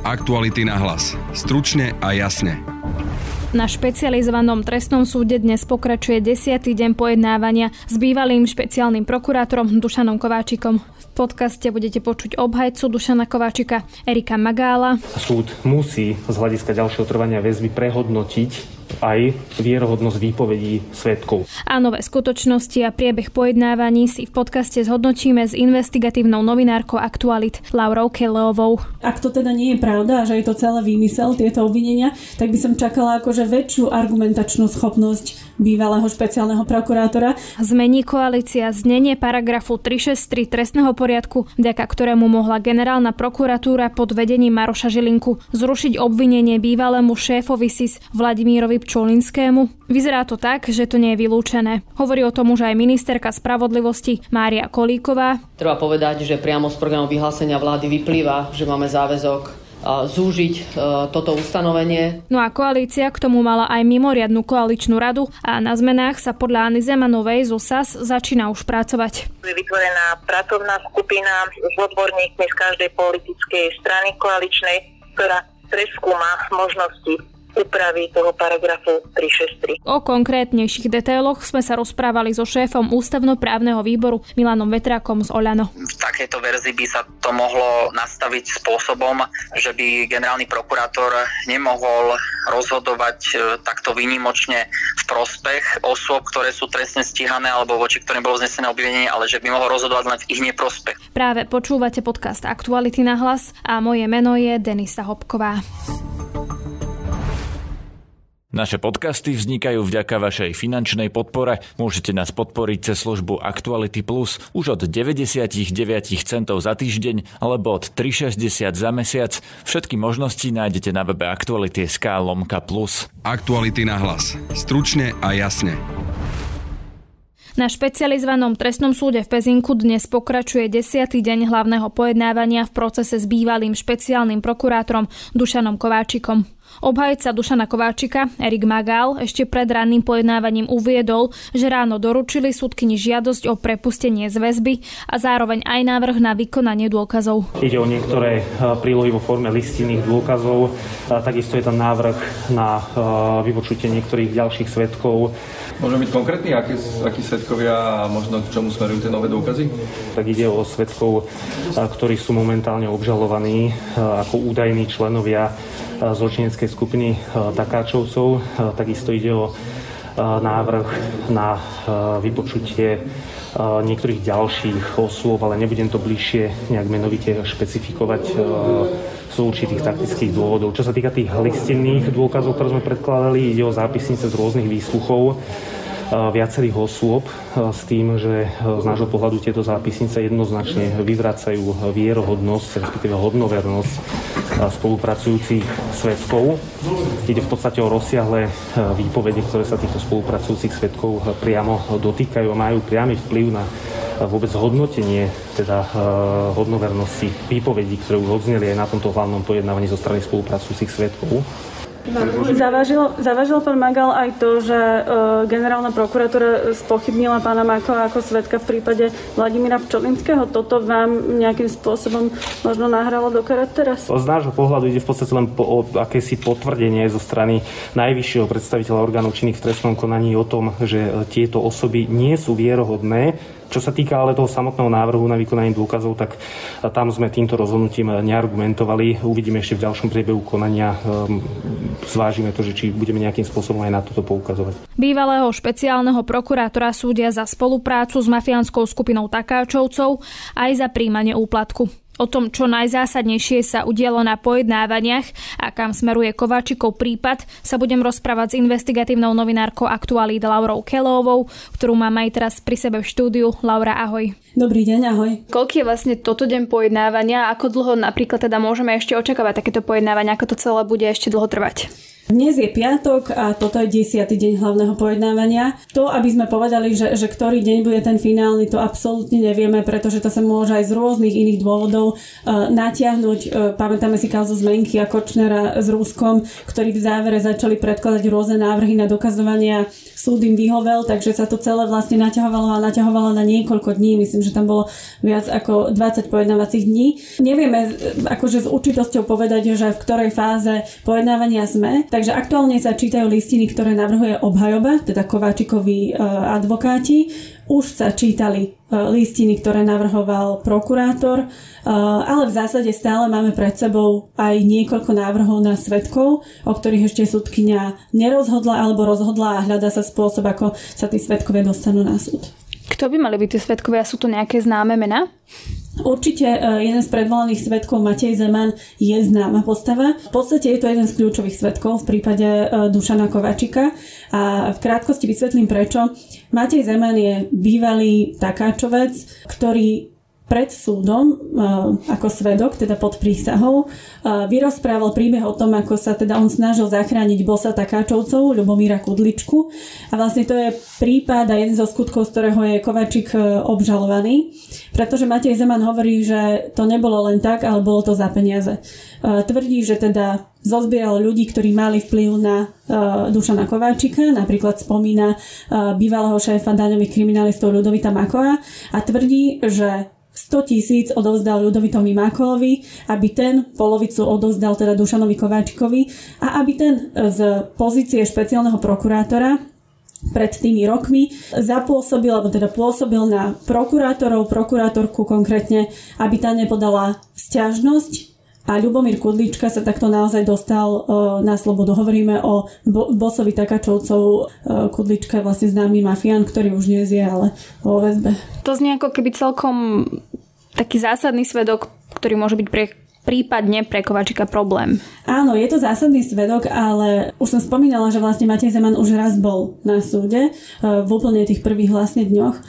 Aktuality na hlas. Stručne a jasne. Na špecializovanom trestnom súde dnes pokračuje 10. deň pojednávania s bývalým špeciálnym prokurátorom Dušanom Kováčikom. V podcaste budete počuť obhajcu Dušana Kováčika Erika Magála. Súd musí z hľadiska ďalšieho trvania väzby prehodnotiť aj vierohodnosť výpovedí svedkov. A nové skutočnosti a priebeh pojednávaní si v podcaste zhodnotíme s investigatívnou novinárkou Aktualit Laurou Kelleovou. Ak to teda nie je pravda, že je to celé výmysel, tieto obvinenia, tak by som čakala akože väčšiu argumentačnú schopnosť bývalého špeciálneho prokurátora. Zmení koalícia znenie paragrafu 363 trestného poriadku, vďaka ktorému mohla generálna prokuratúra pod vedením Maroša Žilinku zrušiť obvinenie bývalému šéfovi SIS Vladimírovi Pčolinskému. Vyzerá to tak, že to nie je vylúčené. Hovorí o tom už aj ministerka spravodlivosti Mária Kolíková. Treba povedať, že priamo z programu vyhlásenia vlády vyplýva, že máme záväzok zúžiť toto ustanovenie. No a koalícia k tomu mala aj mimoriadnu koaličnú radu a na zmenách sa podľa Anny Zemanovej zo SAS začína už pracovať. Je vytvorená pracovná skupina s odborníkmi z každej politickej strany koaličnej, ktorá preskúma možnosti úpravy toho paragrafu 363. O konkrétnejších detailoch sme sa rozprávali so šéfom ústavnoprávneho výboru Milanom Vetrákom z Oľano. V takejto verzii by sa to mohlo nastaviť spôsobom, že by generálny prokurátor nemohol rozhodovať takto výnimočne v prospech osôb, ktoré sú trestne stíhané alebo voči ktorým bolo vznesené obvinenie, ale že by mohol rozhodovať len v ich neprospech. Práve počúvate podcast Aktuality na hlas a moje meno je Denisa Hopková. Naše podcasty vznikajú vďaka vašej finančnej podpore. Môžete nás podporiť cez službu Aktuality Plus už od 99 centov za týždeň alebo od 3,60 za mesiac. Všetky možnosti nájdete na webe aktuality.sk/plus. Aktuality na hlas. Stručne a jasne. Na špecializovanom trestnom súde v Pezinku dnes pokračuje 10. deň hlavného pojednávania v procese s bývalým špeciálnym prokurátorom Dušanom Kováčikom. Obhajca Dušana Kováčika, Erik Magál, ešte pred ranným pojednávaním uviedol, že ráno doručili súdkyni žiadosť o prepustenie z väzby a zároveň aj návrh na vykonanie dôkazov. Ide o niektoré prílohy vo forme listinných dôkazov, takisto je tam návrh na vypočutie niektorých ďalších svedkov. Môžeme byť konkrétni, akí svedkovia a možno k čomu smerujú tie nové dôkazy? Tak ide o svedkov, ktorí sú momentálne obžalovaní ako údajní členovia zločineckej skupiny Takáčovcov. Takisto ide o návrh na vypočutie niektorých ďalších osôb, ale nebudem to bližšie nejak menovite špecifikovať z určitých taktických dôvodov. Čo sa týka tých listinných dôkazov, ktoré sme predkladali, ide o zápisnice z rôznych výsluchov viacerých osôb s tým, že z nášho pohľadu tieto zápisnice jednoznačne vyvracajú vierohodnosť, respektíve hodnovernosť spolupracujúcich svedkov. Ide v podstate o rozsiahle výpovede, ktoré sa týchto spolupracujúcich svedkov priamo dotýkajú a majú priamy vplyv na vôbec hodnotenie teda hodnovernosti výpovedí, ktoré už odzneli aj na tomto hlavnom pojednávaní zo strany spolupracujúcich svedkov. Zavažil pán Magál aj to, že generálna prokuratúra spochybnila pána Magala ako svedka v prípade Vladimíra Pčolinského. Toto vám nejakým spôsobom možno nahralo do karát teraz? Z nášho pohľadu ide v podstate len o akési potvrdenie zo strany najvyššieho predstaviteľa orgánov činných v trestnom konaní o tom, že tieto osoby nie sú vierohodné. Čo sa týka ale toho samotného návrhu na vykonanie dôkazov, tak tam sme týmto rozhodnutím neargumentovali. Uvidíme ešte v ďalšom priebehu konania. Zvážime to, že či budeme nejakým spôsobom aj na toto poukazovať. Bývalého špeciálneho prokurátora súdia za spoluprácu s mafiánskou skupinou Takáčovcov aj za prijímanie úplatku. O tom, čo najzásadnejšie sa udialo na pojednávaniach a kam smeruje Kováčikov prípad, sa budem rozprávať s investigatívnou novinárkou Aktualít Laurou Kelleovou, ktorú mám aj teraz pri sebe v štúdiu. Laura, ahoj. Dobrý deň, ahoj. Koľký je vlastne toto deň pojednávania a ako dlho napríklad teda môžeme ešte očakávať takéto pojednávania, ako to celé bude ešte dlho trvať? Dnes je piatok a toto je 10. deň hlavného pojednávania. To, aby sme povedali, že ktorý deň bude ten finálny, to absolútne nevieme, pretože to sa môže aj z rôznych iných dôvodov natiahnuť. Pamätáme si kauzu Zmenky a Kočnera s Ruskom, ktorí v závere začali predkladať rôzne návrhy na dokazovania. Súd im vyhovel, takže sa to celé vlastne naťahovalo na niekoľko dní. Myslím, že tam bolo viac ako 20 pojednávacích dní. Nevieme akože s určitosťou povedať, že v ktorej fáze pojednávania sme. Takže aktuálne sa čítajú listiny, ktoré navrhuje obhajoba, teda Kováčikovi advokáti. Už sa čítali listiny, ktoré navrhoval prokurátor, ale v zásade stále máme pred sebou aj niekoľko návrhov na svedkov, o ktorých ešte sudkyňa nerozhodla alebo rozhodla a hľadá sa spôsob, ako sa tí svedkovia dostanú na súd. Kto by mali byť tí svedkovia? Sú to nejaké známe mená? Určite jeden z predvolaných svedkov, Matej Zeman, je známa postava. V podstate je to jeden z kľúčových svedkov v prípade Dušana Kováčika a v krátkosti vysvetlím prečo. Matej Zeman je bývalý takáčovec, ktorý pred súdom ako svedok, teda pod prísahou, vyrozprával príbeh o tom, ako sa teda on snažil zachrániť bossa takáčovcov Ľubomíra Kudličku. A vlastne to je prípad a jeden zo skutkov, z ktorého je Kováčik obžalovaný, pretože Matej Zeman hovorí, že to nebolo len tak, ale bolo to za peniaze. Tvrdí, že teda zozbieral ľudí, ktorí mali vplyv na Dušana Kováčika, napríklad spomína bývalého šéfa daňových kriminalistov Ľudovita Makova a tvrdí, že 100 000 odovzdal Ľudovitovi Mákovi, aby ten polovicu odovzdal teda Dušanovi Kováčikovi a aby ten z pozície špeciálneho prokurátora pred tými rokmi zapôsobil, alebo teda pôsobil na prokurátorku konkrétne, aby tá nepodala sťažnosť. A Ľubomír Kudlička sa takto naozaj dostal na slobodu. Hovoríme o bossovi takáčovcov. Kudlička je vlastne známy mafián, ktorý už nie je, ale vo väzbe. To znie ako keby celkom taký zásadný svedok, ktorý môže byť prípadne pre Kováčika problém. Áno, je to zásadný svedok, ale už som spomínala, že vlastne Matej Zeman už raz bol na súde v úplne tých prvých vlastne dňoch.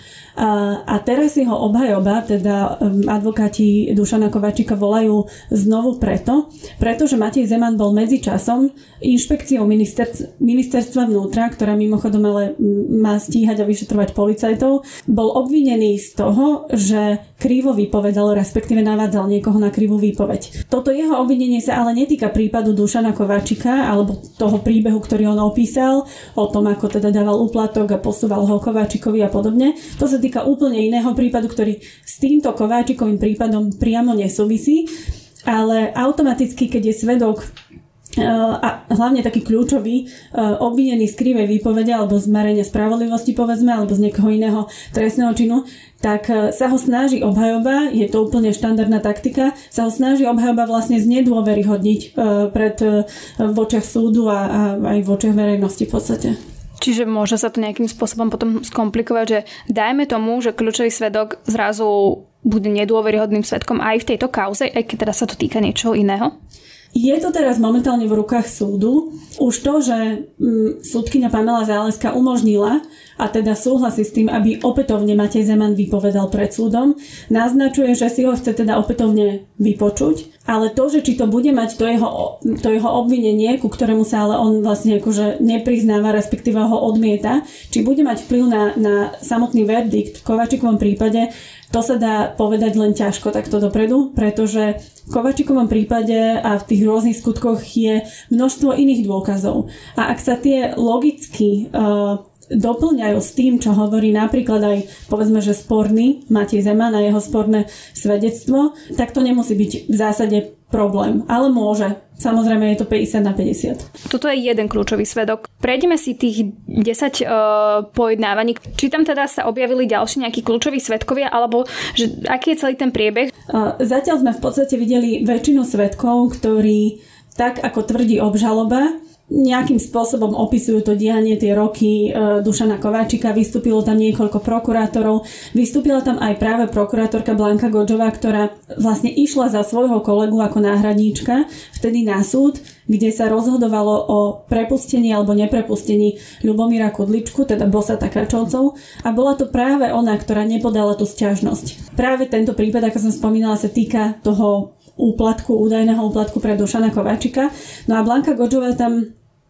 A teraz jeho obhajoba, teda advokáti Dušana Kováčika volajú znovu pretože Matej Zeman bol medzičasom inšpekciou ministerstva vnútra, ktorá mimochodom ale má stíhať a vyšetrovať policajtov, bol obvinený z toho, že krivo vypovedal, respektíve navádzal niekoho na krivú výpoveď. Toto jeho obvinenie sa ale netýka prípadu Dušana Kováčika alebo toho príbehu, ktorý on opísal, o tom, ako teda dával úplatok a posúval ho Kováčikovi a podobne. To sa týka úplne iného prípadu, ktorý s týmto Kováčikovým prípadom priamo nesúvisí, ale automaticky, keď je svedok a hlavne taký kľúčový obvinený z krivej výpovede alebo z marenia spravodlivosti, povedzme, alebo z niekoho iného trestného činu, tak sa ho snaží obhajoba, je to úplne štandardná taktika, sa ho snaží obhajoba vlastne znedôveryhodniť v očiach súdu a aj v očiach verejnosti v podstate. Čiže môže sa to nejakým spôsobom potom skomplikovať, že dajme tomu, že kľúčový svedok zrazu bude nedôveryhodným svedkom aj v tejto kauze, aj keď teda sa to týka niečoho iného? Je to teraz momentálne v rukách súdu. Už to, že súdkyňa Pamela Záleska umožnila a teda súhlasí s tým, aby opätovne Matej Zeman vypovedal pred súdom, naznačuje, že si ho chce teda opätovne vypočuť, ale to, že či to bude mať to jeho obvinenie, ku ktorému sa ale on vlastne akože nepriznáva, respektíve ho odmieta, či bude mať vplyv na samotný verdikt v Kováčikovom prípade, to sa dá povedať len ťažko takto dopredu, pretože v Kováčikovom prípade a v tých rôznych skutkoch je množstvo iných dôkazov. A ak sa tie logicky doplňajú s tým, čo hovorí napríklad aj povedzme, že sporný Matej Zeman a jeho sporné svedectvo, tak to nemusí byť v zásade problém, ale môže. Samozrejme je to 50/50. Toto je jeden kľúčový svedok. Prejdeme si tých 10 pojednávaní. Či tam teda sa objavili ďalší nejakí kľúčoví svedkovia, alebo že aký je celý ten priebeh? Zatiaľ sme v podstate videli väčšinu svedkov, ktorí tak ako tvrdí obžaloba, nejakým spôsobom opisujú to dianie, tie roky Dušana Kováčika. Vystúpilo tam niekoľko prokurátorov. Vystúpila tam aj práve prokurátorka Blanka Godžová, ktorá vlastne išla za svojho kolegu ako náhradníčka vtedy na súd, kde sa rozhodovalo o prepustení alebo neprepustení Ľubomíra Kudličku, teda bossa takáčovcov. A bola to práve ona, ktorá nepodala tú sťažnosť. Práve tento prípad, ako som spomínala, sa týka toho údajného úplatku pre Dušana Kováčika. No a Blanka Godžová tam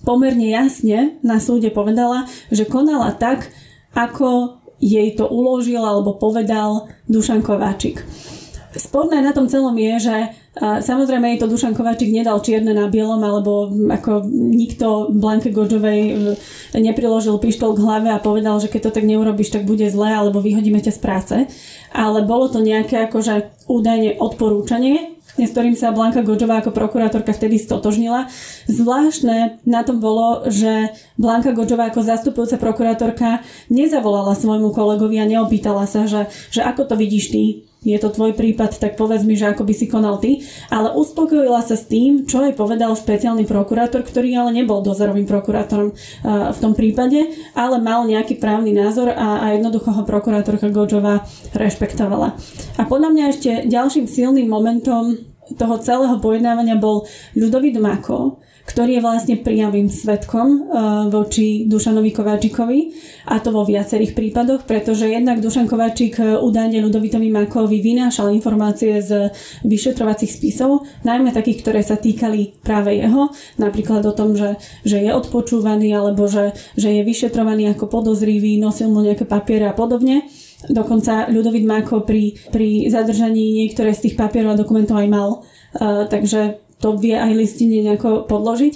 pomerne jasne na súde povedala, že konala tak, ako jej to uložil alebo povedal Dušan Kováčik. Sporné na tom celom je, že samozrejme jej to Dušan Kováčik nedal čierne na bielom, alebo ako nikto Blanke Godžovej nepriložil pištol k hlave a povedal, že keď to tak neurobíš, tak bude zle, alebo vyhodíme ťa z práce. Ale bolo to nejaké akože údajne odporúčanie, s ktorým sa Blanka Godžová ako prokurátorka vtedy stotožnila. Zvláštne na tom bolo, že Blanka Godžová ako zastupujúca prokurátorka nezavolala svojmu kolegovi a neopýtala sa, že ako to vidíš ty, je to tvoj prípad, tak povedz mi, že ako by si konal ty, ale uspokojila sa s tým, čo jej povedal špeciálny prokurátor, ktorý ale nebol dozorovým prokurátorom v tom prípade, ale mal nejaký právny názor a jednoducho ho prokurátorka Godžová rešpektovala. A podľa mňa ešte ďalším silným momentom toho celého pojednávania bol Ľudovít Mako, ktorý je vlastne priamym svedkom voči Dušanovi Kováčikovi, a to vo viacerých prípadoch, pretože jednak Dušan Kováčik údajne Ľudovítovi Makovi vynášal informácie z vyšetrovacích spisov, najmä takých, ktoré sa týkali práve jeho, napríklad o tom, že je odpočúvaný alebo že je vyšetrovaný ako podozrivý, nosil mu nejaké papiere a podobne. Dokonca Ľudovít Mako pri zadržaní niektoré z tých papierov a dokumentov aj mal, takže to vie aj listine nejako podložiť.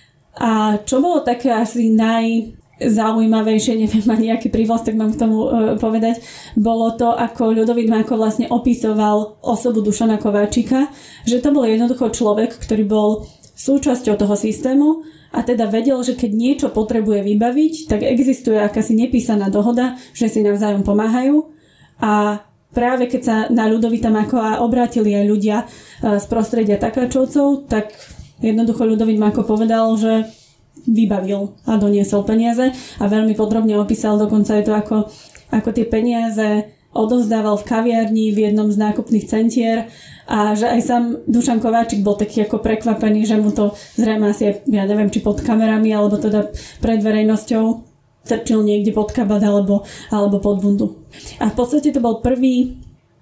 A čo bolo také asi najzaujímavejšie, neviem ani aký prívlastok mám k tomu povedať, bolo to, ako Ľudovít Mako vlastne opisoval osobu Dušana Kováčika, že to bol jednoducho človek, ktorý bol súčasťou toho systému a teda vedel, že keď niečo potrebuje vybaviť, tak existuje akási nepísaná dohoda, že si navzájom pomáhajú. A práve keď sa na Ľudovíta Maka obrátili aj ľudia z prostredia Takáčovcov, tak jednoducho Ľudovít Mako povedal, že vybavil a doniesol peniaze a veľmi podrobne opísal dokonca aj to, ako tie peniaze odovzdával v kaviarni v jednom z nákupných centier a že aj sám Dušan Kováčik bol taký ako prekvapený, že mu to zrejme asi, ja neviem, či pod kamerami alebo teda pred verejnosťou trčil niekde pod kabát alebo pod bundu. A v podstate to bol prvý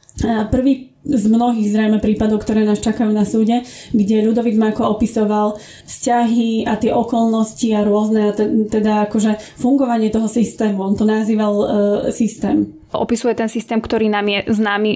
z mnohých zrejme prípadov, ktoré nás čakajú na súde, kde Ľudovít Mako opisoval vzťahy a tie okolnosti a rôzne, teda akože fungovanie toho systému. On to nazýval systém. Opisuje ten systém, ktorý nám je známy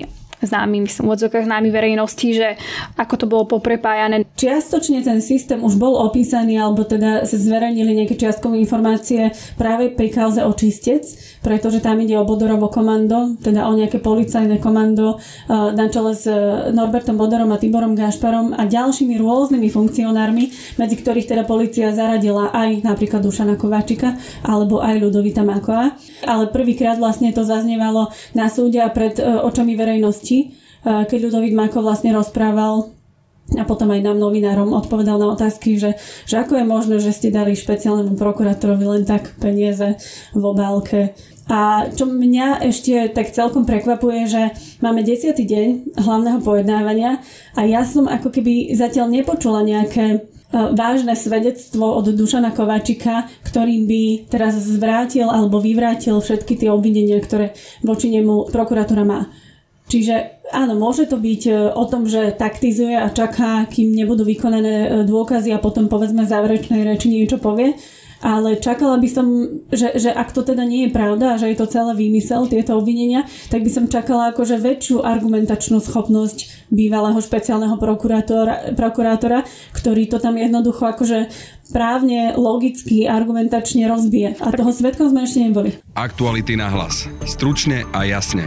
verejnosti, že ako to bolo poprepájané. Čiastočne ten systém už bol opísaný, alebo teda sa zverejnili nejaké čiastkové informácie práve pri kauze Očistec, pretože tam ide o Bodorovo komando, teda o nejaké policajné komando na čele s Norbertom Bodorom a Tiborom Gašparom a ďalšími rôznymi funkcionármi, medzi ktorých teda polícia zaradila aj napríklad Dušana Kováčika alebo aj Ľudovíta Maka. Ale prvýkrát vlastne to zaznievalo na súde a pred očami verejnosti, keď Ľudovít Mako vlastne rozprával a potom aj nám novinárom odpovedal na otázky, že ako je možné, že ste dali špeciálnemu prokurátorovi len tak peniaze v obálke. A čo mňa ešte tak celkom prekvapuje, že máme 10. deň hlavného pojednávania a ja som ako keby zatiaľ nepočula nejaké vážne svedectvo od Dušana Kováčika, ktorým by teraz zvrátil alebo vyvrátil všetky tie obvinenia, ktoré voči nemu prokuratúra má. Čiže áno, môže to byť o tom, že taktizuje a čaká, kým nebudú vykonané dôkazy a potom povedzme v záverečnej reči niečo povie, ale čakala by som, že ak to teda nie je pravda a že je to celé výmysel, tieto obvinenia, tak by som čakala akože väčšiu argumentačnú schopnosť bývalého špeciálneho prokurátora, ktorý to tam jednoducho akože právne, logicky, argumentačne rozbije. A toho svedkom sme ešte neboli. Aktuality na hlas. Stručne a jasne.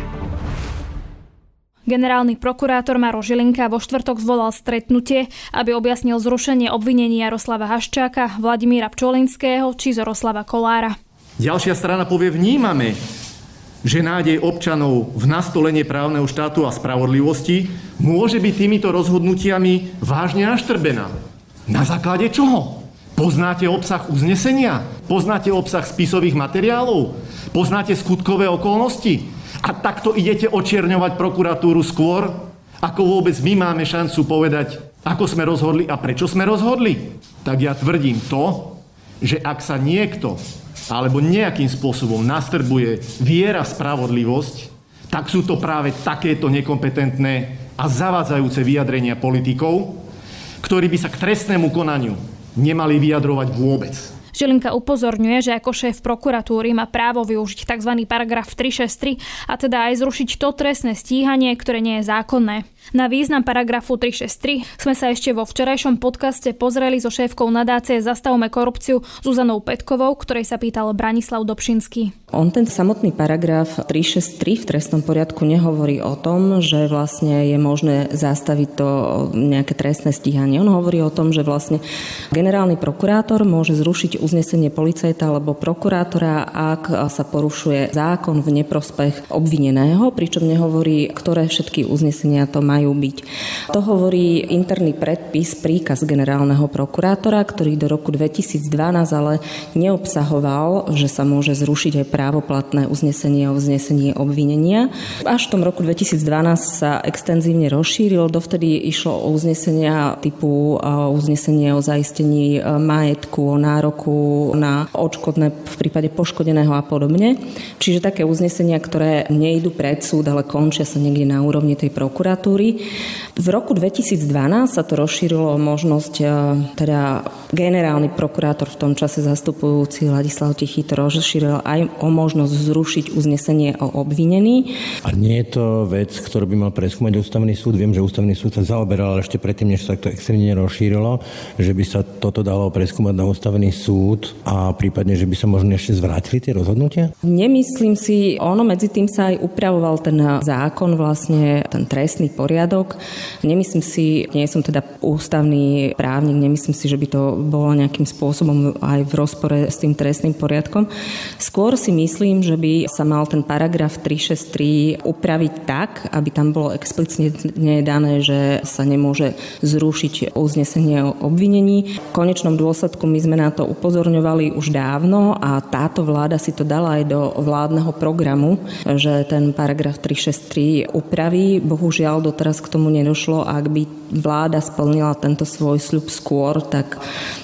Generálny prokurátor Maro Žilinka vo štvrtok zvolal stretnutie, aby objasnil zrušenie obvinení Jaroslava Haščáka, Vladimíra Pčolinského či Zoroslava Kolára. Ďalšia strana povie, vnímame, že nádej občanov v nastolenie právneho štátu a spravodlivosti môže byť týmito rozhodnutiami vážne naštrbená. Na základe čoho? Poznáte obsah uznesenia? Poznáte obsah spisových materiálov? Poznáte skutkové okolnosti? A takto idete očierňovať prokuratúru skôr, ako vôbec my máme šancu povedať, ako sme rozhodli a prečo sme rozhodli. Tak ja tvrdím to, že ak sa niekto alebo nejakým spôsobom nastrbuje viera v spravodlivosť, tak sú to práve takéto nekompetentné a zavádzajúce vyjadrenia politikov, ktorí by sa k trestnému konaniu nemali vyjadrovať vôbec. Žilinka upozorňuje, že ako šéf prokuratúry má právo využiť tzv. Paragraf 363 a teda aj zrušiť to trestné stíhanie, ktoré nie je zákonné. Na význam paragrafu 363 sme sa ešte vo včerajšom podcaste pozreli so šéfkou nadácie Zastavme korupciu Zuzanou Petkovou, ktorej sa pýtal Branislav Dobšinský. On ten samotný paragraf 363 v trestnom poriadku nehovorí o tom, že vlastne je možné zastaviť to nejaké trestné stíhanie. On hovorí o tom, že vlastne generálny prokurátor môže zrušiť uznesenie policajta alebo prokurátora, ak sa porušuje zákon v neprospech obvineného, pričom nehovorí, ktoré všetky uznesenia to majú byť. To hovorí interný predpis, príkaz generálneho prokurátora, ktorý do roku 2012 ale neobsahoval, že sa môže zrušiť aj právoplatné uznesenie o vznesení obvinenia. Až v tom roku 2012 sa extenzívne rozšíril, dovtedy išlo o uznesenia typu uznesenie o zaistení majetku, o nároku na odškodné v prípade poškodeného a podobne. Čiže také uznesenia, ktoré nejdú pred súd, ale končia sa niekde na úrovni tej prokuratúry. V roku 2012 sa to rozšírilo o možnosť, teda generálny prokurátor v tom čase zastupujúci Ladislav Tichý to rozšíril aj o možnosť zrušiť uznesenie o obvinení. A nie je to vec, ktorú by mal preskúmať ústavný súd? Viem, že ústavný súd sa zaoberal, ale ešte predtým, než sa to extrémne rozšírilo, že by sa toto dalo preskúmať na ústavný súd a prípadne, že by sa možno ešte zvrátili tie rozhodnutia? Nemyslím si, ono medzi tým sa aj upravoval ten zákon, vlastne ten trestný poriadok. Nemyslím si, nie som teda ústavný právnik, nemyslím si, že by to bolo nejakým spôsobom aj v rozpore s tým trestným poriadkom. Skôr si myslím, že by sa mal ten paragraf 363 upraviť tak, aby tam bolo explicitne dané, že sa nemôže zrušiť uznesenie o obvinení. V konečnom dôsledku my sme na to upozorňovali už dávno a táto vláda si to dala aj do vládneho programu, že ten paragraf 363 upraví. Bohužiaľ doteraz k tomu nedošlo a ak by vláda splnila tento svoj sľub skôr, tak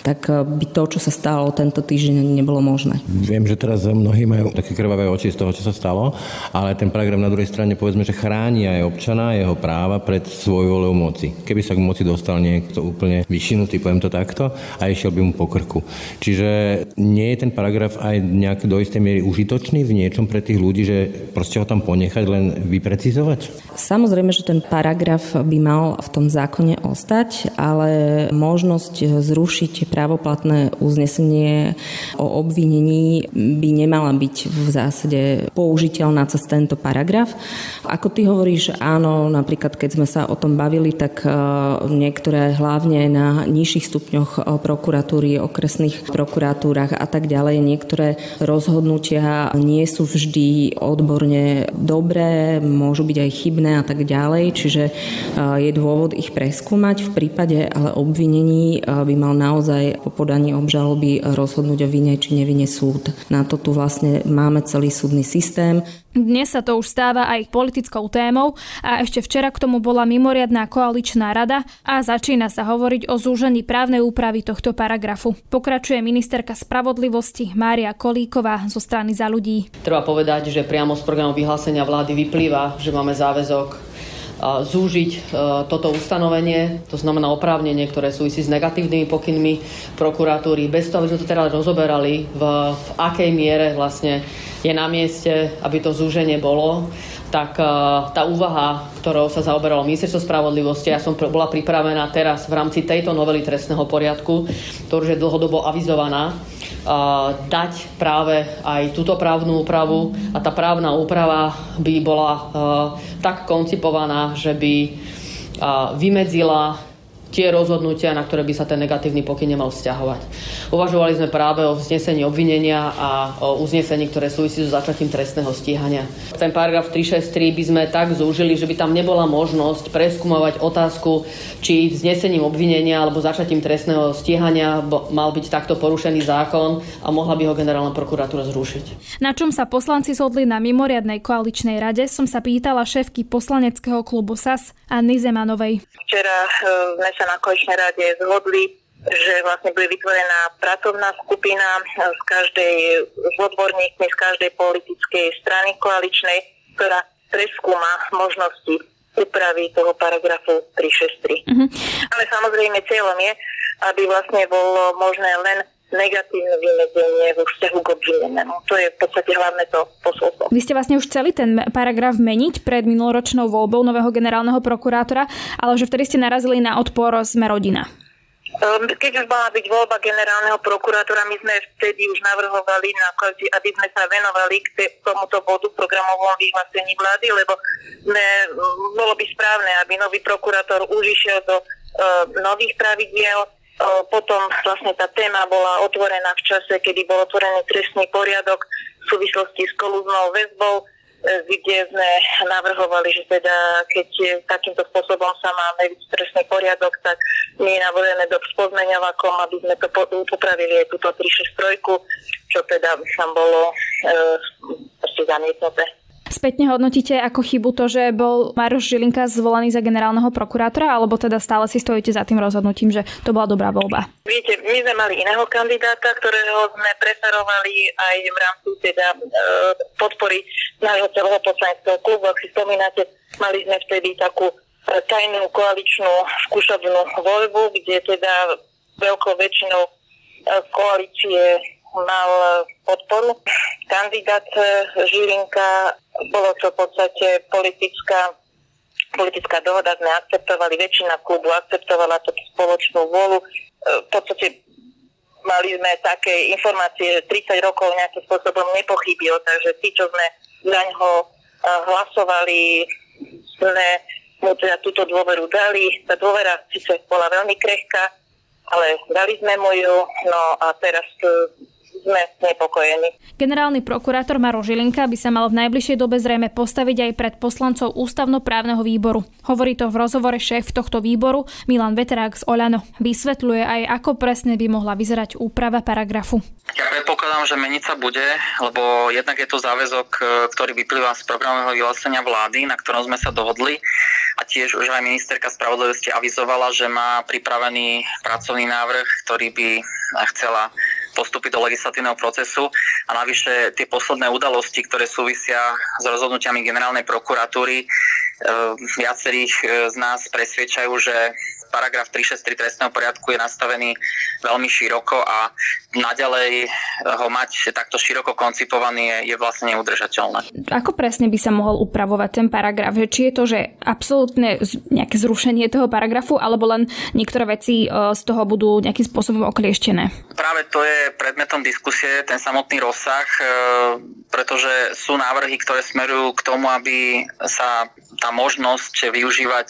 by to, čo sa stalo tento týždeň, nebolo možné. Viem, že teraz mnohí majú také krvavé oči z toho, čo sa stalo, ale ten paragraf na druhej strane povedzme, že chráni aj občana, jeho práva pred svojvoľou moci. Keby sa k moci dostal niekto úplne vyšinutý, poviem to takto, a išiel by mu po krku. Čiže nie je ten paragraf aj nejak do istej miery užitočný v niečom pre tých ľudí, že proste ho tam ponechať, len vyprecizovať? Samozrejme, že ten paragraf by mal v tom zákone ostať, ale možnosť zrušiť právoplatné uznesenie o obvinení by nemala byť v zásade použiteľná cez tento paragraf. Ako ty hovoríš, áno, napríklad keď sme sa o tom bavili, tak niektoré hlavne na nižších stupňoch prokuratúry, okresných prokuratúrach a tak ďalej, niektoré rozhodnutia nie sú vždy odborne dobré, môžu byť aj chybné a tak ďalej, čiže je dôvod ich preskúmať. V prípade ale obvinení by mal naozaj po podaní obžaloby rozhodnúť o vine či nevine súd. Na to tu vlastne máme celý súdny systém. Dnes sa to už stáva aj politickou témou a ešte včera k tomu bola mimoriadna koaličná rada a začína sa hovoriť o zúžení právnej úpravy tohto paragrafu. Pokračuje ministerka spravodlivosti Mária Kolíková zo strany Za ľudí. Treba povedať, že priamo z programu vyhlásenia vlády vyplýva, že máme záväzok zúžiť toto ustanovenie, to znamená oprávnenie, ktoré súvisí s negatívnymi pokynmi prokuratúry, bez toho, aby sme to teraz rozoberali, v akej miere vlastne je na mieste, aby to zúženie bolo, tak tá úvaha, ktorou sa zaoberalo Ministerstvo spravodlivosti, ja som bola pripravená teraz v rámci tejto novely trestného poriadku, ktorá je dlhodobo avizovaná, dať práve aj túto právnu úpravu a tá právna úprava by bola tak koncipovaná, že by vymedzila tie rozhodnutia, na ktoré by sa ten negatívny pokyn nemal vzťahovať. Uvažovali sme práve o vznesení obvinenia a o uznesení, ktoré súvisí so začatím trestného stíhania. Ten paragraf 363 by sme tak zúžili, že by tam nebola možnosť preskúmovať otázku, či vznesením obvinenia alebo začatím trestného stíhania mal byť takto porušený zákon a mohla by ho generálna prokuratúra zrušiť. Na čom sa poslanci zhodli na mimoriadnej koaličnej rade, som sa pýtala šéfky poslaneckého klubu SAS Anny Zemanovej. Včera sme sa na koaličnej rade zhodli, že vlastne bude vytvorená pracovná skupina s odborníkmi z každej politickej strany koaličnej, ktorá preskúma možnosti úpravy toho paragrafu 363. Ale samozrejme cieľom je, aby vlastne bolo možné len negatívne vymedzenie vo vzťahu k obvinenému. To je v podstate hlavné to posolstvo. Vy ste vlastne už chceli ten paragraf meniť pred minuloročnou voľbou nového generálneho prokurátora, ale že vtedy ste narazili na odpor Sme rodina. Keď už mala byť voľba generálneho prokurátora, my sme vtedy už navrhovali, aby sme sa venovali k tomuto bodu v programovom vyhlásení vlády, lebo bolo by správne, aby nový prokurátor už išiel do nových pravidiel. Potom vlastne tá téma bola otvorená v čase, kedy bol otvorený trestný poriadok v súvislosti s kolúznou väzbou, kde sme navrhovali, že teda keď takýmto spôsobom sa má meniť trestný poriadok, tak my navrhujeme do pozmeňovakom, aby sme to upravili aj túto 363, čo teda tam bolo zamietnuté. Spätne hodnotíte ako chybu to, že bol Maroš Žilinka zvolaný za generálneho prokurátora, alebo teda stále si stojíte za tým rozhodnutím, že to bola dobrá voľba? Viete, my sme mali iného kandidáta, ktorého sme preferovali aj v rámci teda podpory nášho celého poslaneckého klubu. Ak si spomínate, mali sme vtedy takú tajnú koaličnú skúšobnú voľbu, kde teda veľkou väčšinou koalície mal podporu. Kandidát Žilinka, bolo to v podstate politická dohoda, sme akceptovali, väčšina klubu akceptovala tú spoločnú vôľu. V podstate mali sme také informácie, že 30 rokov nejakým spôsobom nepochybil, takže tí, čo sme za ňoho hlasovali, sme mu teda túto dôveru dali. Tá dôvera síce bola veľmi krehká, ale dali sme mu ju, no a teraz sme nepokojení. Generálny prokurátor Maroš Žilinka by sa mal v najbližšej dobe zrejme postaviť aj pred poslancov ústavnoprávneho výboru. Hovorí to v rozhovore šéf tohto výboru Milan Veterák z Oľano. Vysvetľuje aj, ako presne by mohla vyzerať úprava paragrafu. Ja predpokladám, že meniť sa bude, lebo jednak je to záväzok, ktorý vyplýva z programového vyhlásenia vlády, na ktorom sme sa dohodli. A tiež už aj ministerka spravodlivosti avizovala, že má pripravený pracovný návrh, ktorý by chcela postúpiť do legislatívneho procesu. A navyše tie posledné udalosti, ktoré súvisia s rozhodnutiami generálnej prokuratúry, viacerých z nás presviedčajú, že paragraf 363 trestného poriadku je nastavený veľmi široko a naďalej ho mať takto široko koncipovaný je vlastne neudržateľné. Ako presne by sa mohol upravovať ten paragraf? Či je to, že absolútne nejaké zrušenie toho paragrafu, alebo len niektoré veci z toho budú nejakým spôsobom oklieštené? Práve to je predmetom diskusie, ten samotný rozsah, pretože sú návrhy, ktoré smerujú k tomu, aby sa tá možnosť využívať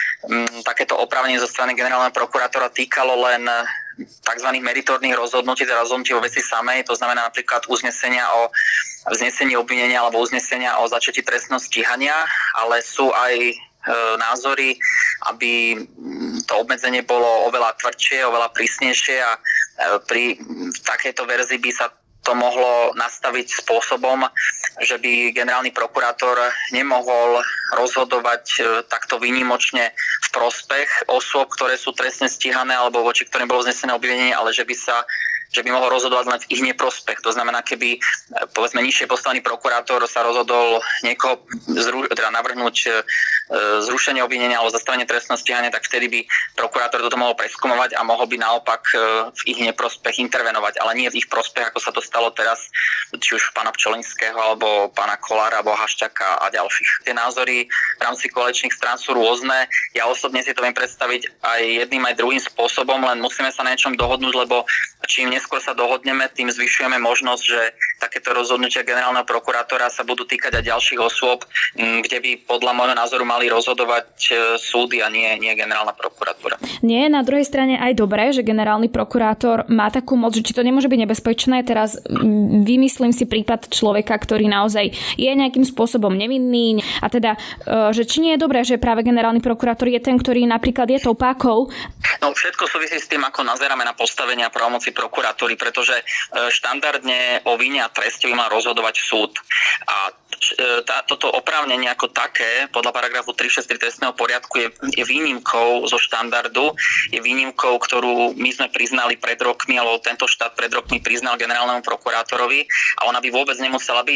takéto oprávnenie zo strany generálneho prokurátora týkalo len tzv. Meritorných rozhodnutí, teda rozhodnutí o veci samej, to znamená napríklad uznesenia o vznesení obvinenia alebo uznesenia o začatí trestného stíhania, ale sú aj názory, aby to obmedzenie bolo oveľa tvrdšie, oveľa prísnejšie a pri takejto verzii by sa to mohlo nastaviť spôsobom, že by generálny prokurátor nemohol rozhodovať takto výnimočne v prospech osôb, ktoré sú trestne stíhané alebo voči ktorým bolo vznesené obvinenie, ale že by mohol rozhodovať len v ich neprospech. To znamená, keby povedzme nižšie postavený prokurátor sa rozhodol niekoho navrhnúť zrušenie obvinenia alebo zastavenie trestného stíhania, tak vtedy by prokurátor toto mohol preskúmovať a mohol by naopak v ich neprospech intervenovať, ale nie v ich prospech, ako sa to stalo teraz, či už pána Pčolinského alebo pána Kolára alebo Haščaka a ďalších. Tie názory v rámci koaličných strán sú rôzne. Ja osobne si to viem predstaviť aj jedným aj druhým spôsobom, len musíme sa na niečom dohodnúť, lebo čím neskôr sa dohodneme, tým zvyšujeme možnosť, že takéto rozhodnutia generálneho prokurátora sa budú týkať aj ďalších osôb, kde by podľa môjho názoru mali rozhodovať súdy a nie generálna prokuratúra. Nie je na druhej strane aj dobré, že generálny prokurátor má takú moc, že či to nemôže byť nebezpečné. Teraz vymyslím si prípad človeka, ktorý naozaj je nejakým spôsobom nevinný a teda, že či nie je dobré, že práve generálny prokurátor je ten, ktorý napríklad je tou pákou. No všetko súvisí s tým, ako nazeráme na postavenie a právomoci prokuratúry, pretože štandardne o vine a treste by mal rozhodovať súd. A toto oprávnenie ako také, podľa paragrafu 363 trestného poriadku je výnimkou zo štandardu, je výnimkou, ktorú my sme priznali pred rokmi, alebo tento štát pred rokmi priznal generálnemu prokurátorovi a ona by vôbec nemusela byť.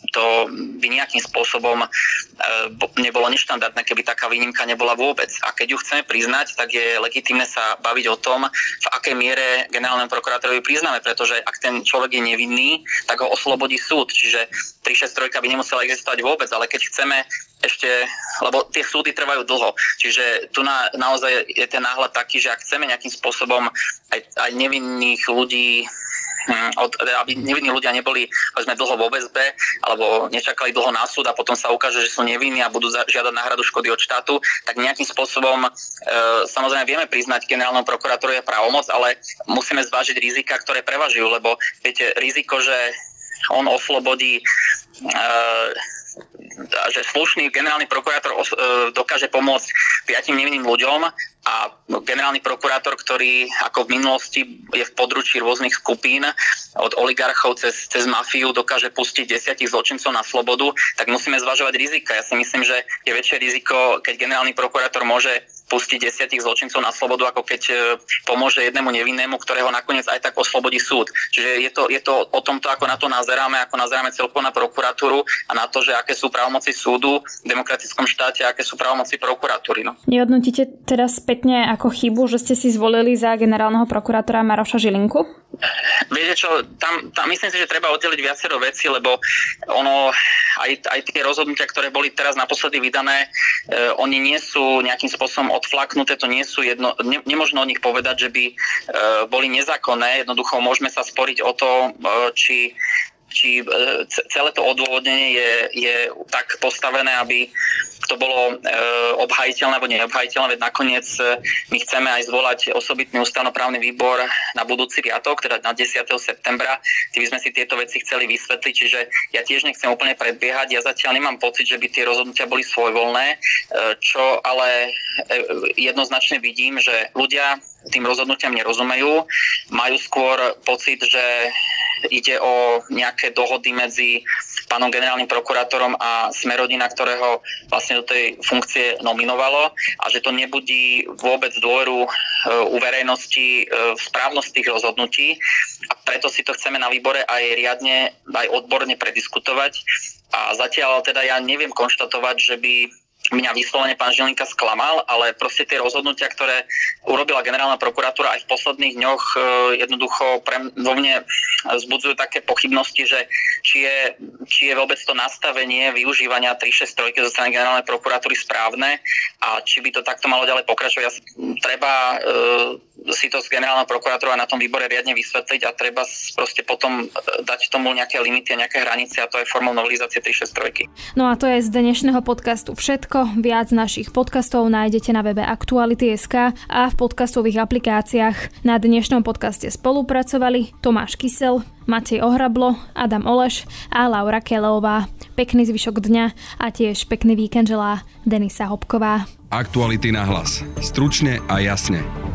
to by nejakým spôsobom nebolo neštandardné, keby taká výnimka nebola vôbec. A keď ju chceme priznať, tak je legitímne sa baviť o tom, v akej miere generálnemu prokurátorovi priznáme, pretože ak ten človek je nevinný, tak ho oslobodí súd. Čiže 363 by nemusela existovať vôbec, ale keď chceme ešte, lebo tie súdy trvajú dlho. Čiže tu naozaj je ten náhľad taký, že ak chceme nejakým spôsobom aj nevinných ľudí, aby nevinní ľudia neboli povedzme dlho vo väzbe alebo nečakali dlho na súd a potom sa ukáže, že sú nevinní a budú žiadať náhradu škody od štátu, tak nejakým spôsobom samozrejme vieme priznať generálnemu prokurátorovi právomoc, ale musíme zvážiť rizika, ktoré prevažujú, lebo viete, riziko, že on oslobodí že slušný generálny prokurátor dokáže pomôcť 5 nevinným ľuďom a generálny prokurátor, ktorý ako v minulosti je v područí rôznych skupín od oligarchov cez mafiu dokáže pustiť 10 zločincov na slobodu, tak musíme zvažovať rizika. Ja si myslím, že je väčšie riziko, keď generálny prokurátor môže pustiť 10 zločincov na slobodu, ako keď pomôže jednému nevinnému, ktorého nakoniec aj tak oslobodí súd. Čiže je to o tomto, ako na to nazeráme, ako nazeráme celkovo na prokuratúru a na to, že aké sú právomoci súdu v demokratickom štáte, aké sú právomoci prokuratúry. No. Nehodnotíte teraz spätne ako chybu, že ste si zvolili za generálneho prokurátora Maroša Žilinku? Viete čo, tam myslím si, že treba oddeliť viacero vecí, lebo ono, aj tie rozhodnutia, ktoré boli teraz naposledy vydané, oni nie sú nejakým spôsobom odflaknuté, to nie sú nemožno o nich povedať, že by boli nezákonné, jednoducho môžeme sa sporiť o to, či celé to odôvodnenie je tak postavené, aby to bolo obhajiteľné alebo neobhajiteľné, veď nakoniec my chceme aj zvolať osobitný ústavnoprávny výbor na budúci piatok, teda na 10. septembra, kde by sme si tieto veci chceli vysvetliť, čiže ja tiež nechcem úplne predbiehať, ja zatiaľ nemám pocit, že by tie rozhodnutia boli svojvoľné, čo ale jednoznačne vidím, že ľudia tým rozhodnutiam nerozumejú, majú skôr pocit, že ide o nejaké dohody medzi pánom generálnym prokurátorom a Smer-rodina, ktorého vlastne do tej funkcie nominovalo a že to nebudí vôbec dôveru u verejnosti v správnosť tých rozhodnutí a preto si to chceme na výbore aj riadne, aj odborne prediskutovať a zatiaľ teda ja neviem konštatovať, že by mňa vyslovene pán Žilinka sklamal, ale proste tie rozhodnutia, ktoré urobila generálna prokuratúra aj v posledných dňoch jednoducho vo mne vzbudzujú také pochybnosti, že či je vôbec to nastavenie využívania 363 zo strany generálnej prokuratúry správne a či by to takto malo ďalej pokračovať. Treba si to s generálnou prokuratúrou na tom výbore riadne vysvetliť a treba proste potom dať tomu nejaké limity a nejaké hranice a to je formou novelizácie 363. No a to je z dnešného podcastu všetko. Viac našich podcastov nájdete na webe Aktuality.sk a v podcastových aplikáciách. Na dnešnom podcaste spolupracovali Tomáš Kysel, Matej Ohrablo, Adam Oleš a Laura Kelová. Pekný zvyšok dňa a tiež pekný víkend želá Denisa Hopková. Aktuality na hlas. Stručne a jasne.